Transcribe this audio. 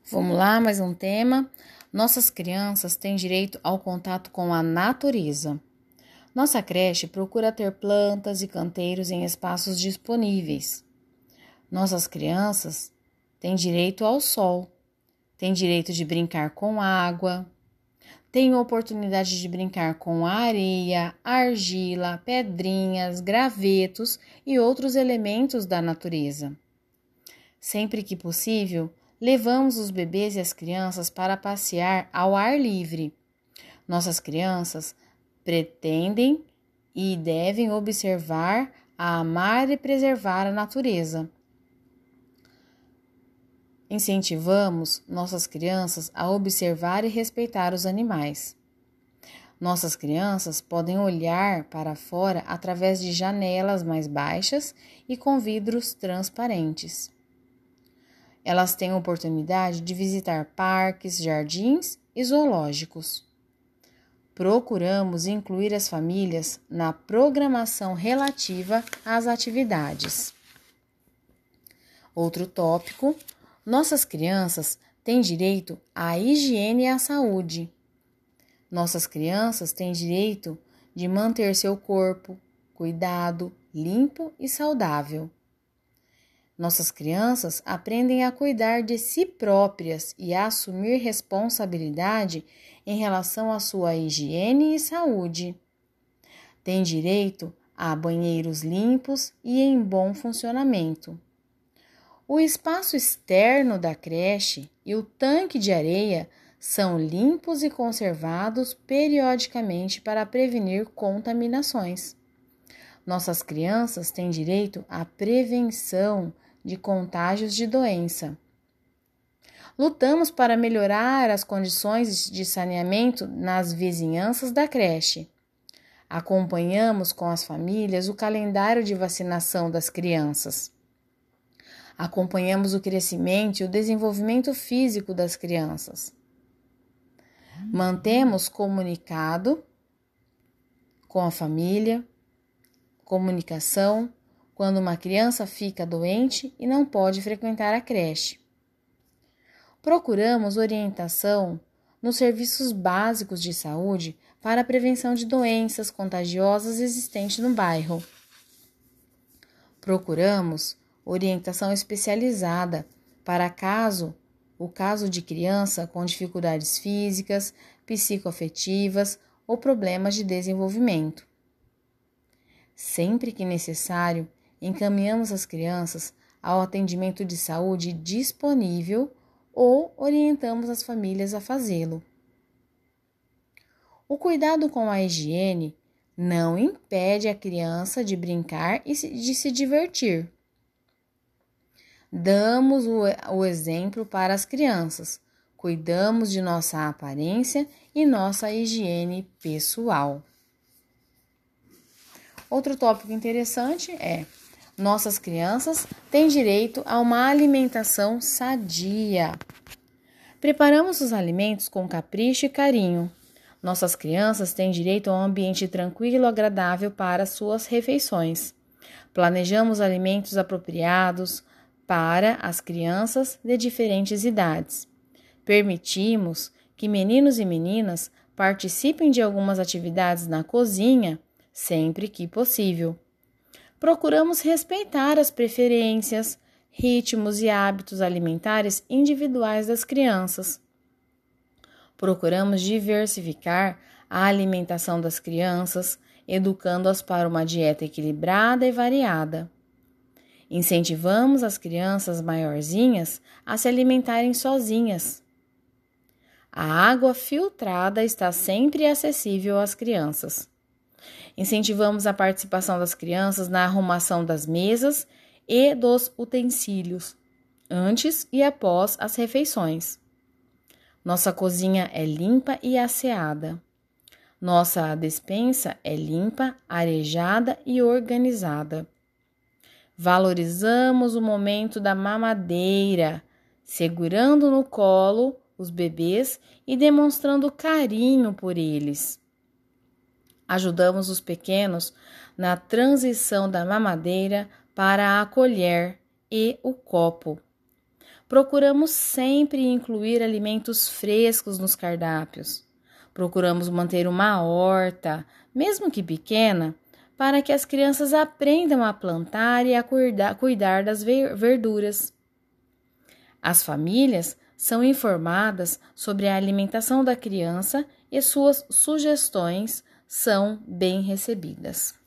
Vamos lá, mais um tema. Nossas crianças têm direito ao contato com a natureza. Nossa creche procura ter plantas e canteiros em espaços disponíveis. Nossas crianças têm direito ao sol, têm direito de brincar com água, têm oportunidade de brincar com areia, argila, pedrinhas, gravetos e outros elementos da natureza. Sempre que possível, levamos os bebês e as crianças para passear ao ar livre. Nossas crianças pretendem e devem observar, amar e preservar a natureza. Incentivamos nossas crianças a observar e respeitar os animais. Nossas crianças podem olhar para fora através de janelas mais baixas e com vidros transparentes. Elas têm a oportunidade de visitar parques, jardins e zoológicos. Procuramos incluir as famílias na programação relativa às atividades. Outro tópico: nossas crianças têm direito à higiene e à saúde. Nossas crianças têm direito de manter seu corpo cuidado, limpo e saudável. Nossas crianças aprendem a cuidar de si próprias e a assumir responsabilidade em relação à sua higiene e saúde. Têm direito a banheiros limpos e em bom funcionamento. O espaço externo da creche e o tanque de areia são limpos e conservados periodicamente para prevenir contaminações. Nossas crianças têm direito à prevenção de contágios de doença. Lutamos para melhorar as condições de saneamento nas vizinhanças da creche. Acompanhamos com as famílias o calendário de vacinação das crianças. Acompanhamos o crescimento e o desenvolvimento físico das crianças. Mantemos comunicado com a família, comunicação, quando uma criança fica doente e não pode frequentar a creche. Procuramos orientação nos serviços básicos de saúde para a prevenção de doenças contagiosas existentes no bairro. Procuramos orientação especializada para o caso de criança com dificuldades físicas, psicoafetivas ou problemas de desenvolvimento. Sempre que necessário, encaminhamos as crianças ao atendimento de saúde disponível ou orientamos as famílias a fazê-lo. O cuidado com a higiene não impede a criança de brincar e de se divertir. Damos o exemplo para as crianças, cuidamos de nossa aparência e nossa higiene pessoal. Outro tópico interessante é: nossas crianças têm direito a uma alimentação sadia. Preparamos os alimentos com capricho e carinho. Nossas crianças têm direito a um ambiente tranquilo e agradável para suas refeições. Planejamos alimentos apropriados para as crianças de diferentes idades. Permitimos que meninos e meninas participem de algumas atividades na cozinha, sempre que possível. Procuramos respeitar as preferências, ritmos e hábitos alimentares individuais das crianças. Procuramos diversificar a alimentação das crianças, educando-as para uma dieta equilibrada e variada. Incentivamos as crianças maiorzinhas a se alimentarem sozinhas. A água filtrada está sempre acessível às crianças. Incentivamos a participação das crianças na arrumação das mesas e dos utensílios, antes e após as refeições. Nossa cozinha é limpa e asseada. Nossa despensa é limpa, arejada e organizada. Valorizamos o momento da mamadeira, segurando no colo os bebês e demonstrando carinho por eles. Ajudamos os pequenos na transição da mamadeira para a colher e o copo. Procuramos sempre incluir alimentos frescos nos cardápios. Procuramos manter uma horta, mesmo que pequena, para que as crianças aprendam a plantar e a cuidar das verduras. As famílias são informadas sobre a alimentação da criança e suas sugestões são bem recebidas.